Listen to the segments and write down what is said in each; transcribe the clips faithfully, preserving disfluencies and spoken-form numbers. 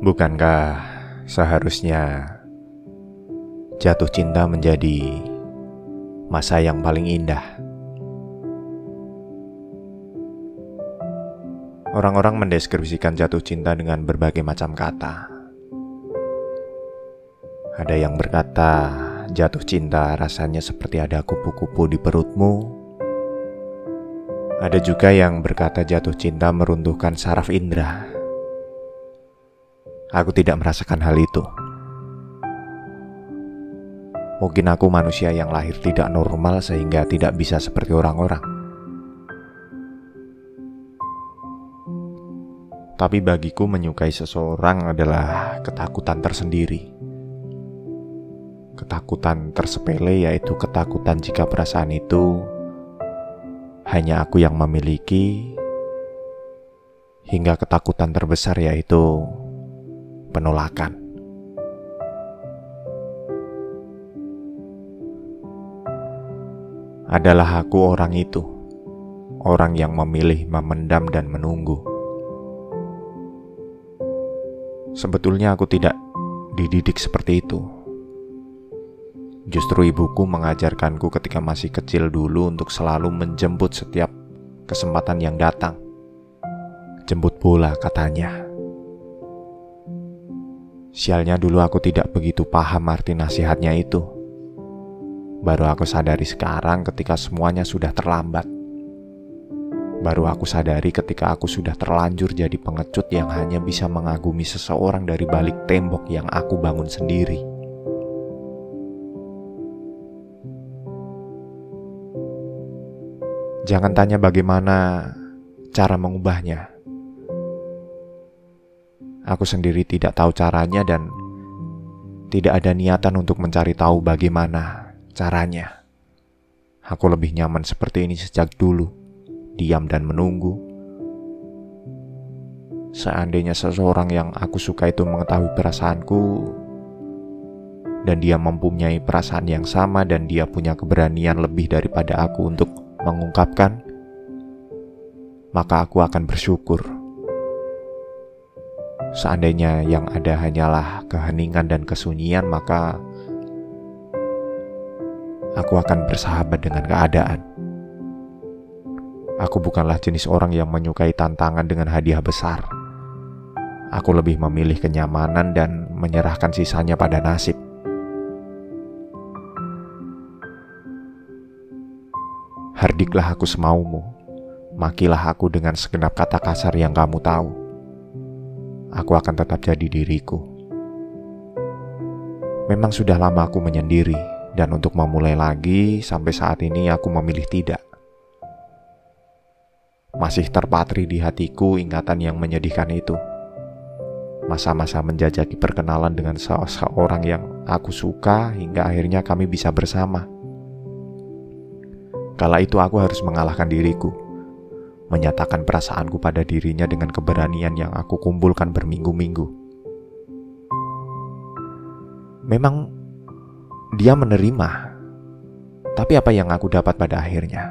Bukankah seharusnya jatuh cinta menjadi masa yang paling indah? Orang-orang mendeskripsikan jatuh cinta dengan berbagai macam kata. Ada yang berkata, jatuh cinta rasanya seperti ada kupu-kupu di perutmu. Ada juga yang berkata jatuh cinta meruntuhkan saraf indera. Aku tidak merasakan hal itu. Mungkin aku manusia yang lahir tidak normal sehingga tidak bisa seperti orang-orang. Tapi bagiku menyukai seseorang adalah ketakutan tersendiri. Ketakutan tersepele yaitu ketakutan jika perasaan itu hanya aku yang memiliki, hingga ketakutan terbesar yaitu penolakan. Adalah aku orang itu, orang yang memilih memendam dan menunggu. Sebetulnya aku tidak dididik seperti itu. Justru ibuku mengajarkanku ketika masih kecil dulu untuk selalu menjemput setiap kesempatan yang datang. Jemput bola, katanya. Sialnya dulu aku tidak begitu paham arti nasihatnya itu. Baru aku sadari sekarang ketika semuanya sudah terlambat. Baru aku sadari ketika aku sudah terlanjur jadi pengecut yang hanya bisa mengagumi seseorang dari balik tembok yang aku bangun sendiri. Jangan tanya bagaimana cara mengubahnya. Aku sendiri tidak tahu caranya dan tidak ada niatan untuk mencari tahu bagaimana caranya. Aku lebih nyaman seperti ini sejak dulu, diam dan menunggu. Seandainya seseorang yang aku suka itu mengetahui perasaanku, dan dia mempunyai perasaan yang sama, dan dia punya keberanian lebih daripada aku untuk mengungkapkan, maka aku akan bersyukur. Seandainya yang ada hanyalah keheningan dan kesunyian, maka aku akan bersahabat dengan keadaan. Aku bukanlah jenis orang yang menyukai tantangan dengan hadiah besar. Aku lebih memilih kenyamanan dan menyerahkan sisanya pada nasib. Hardiklah aku semaumu, makilah aku dengan segenap kata kasar yang kamu tahu. Aku akan tetap jadi diriku. Memang sudah lama aku menyendiri, dan untuk memulai lagi sampai saat ini aku memilih tidak. Masih terpatri di hatiku ingatan yang menyedihkan itu. Masa-masa menjajaki perkenalan dengan seseorang yang aku suka hingga akhirnya kami bisa bersama. Kala itu aku harus mengalahkan diriku, menyatakan perasaanku pada dirinya dengan keberanian yang aku kumpulkan berminggu-minggu. Memang dia menerima, tapi apa yang aku dapat pada akhirnya?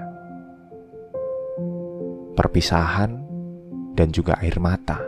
Perpisahan dan juga air mata.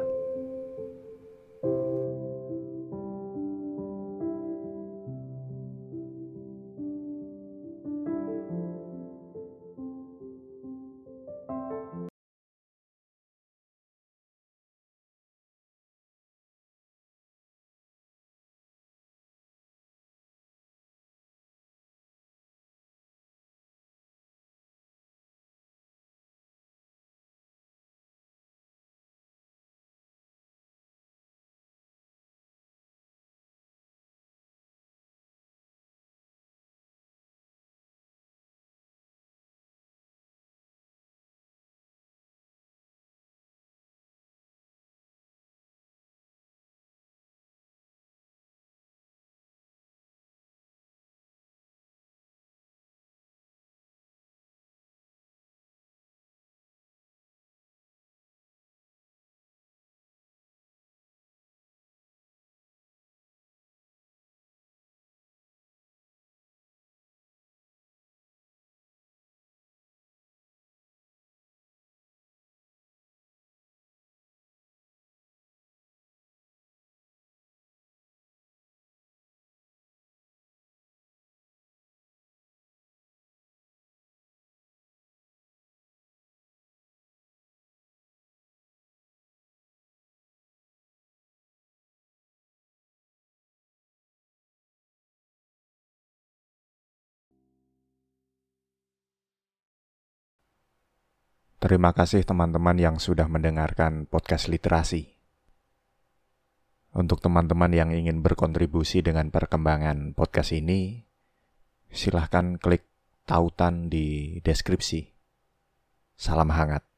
Terima kasih teman-teman yang sudah mendengarkan podcast literasi. Untuk teman-teman yang ingin berkontribusi dengan perkembangan podcast ini, silahkan klik tautan di deskripsi. Salam hangat.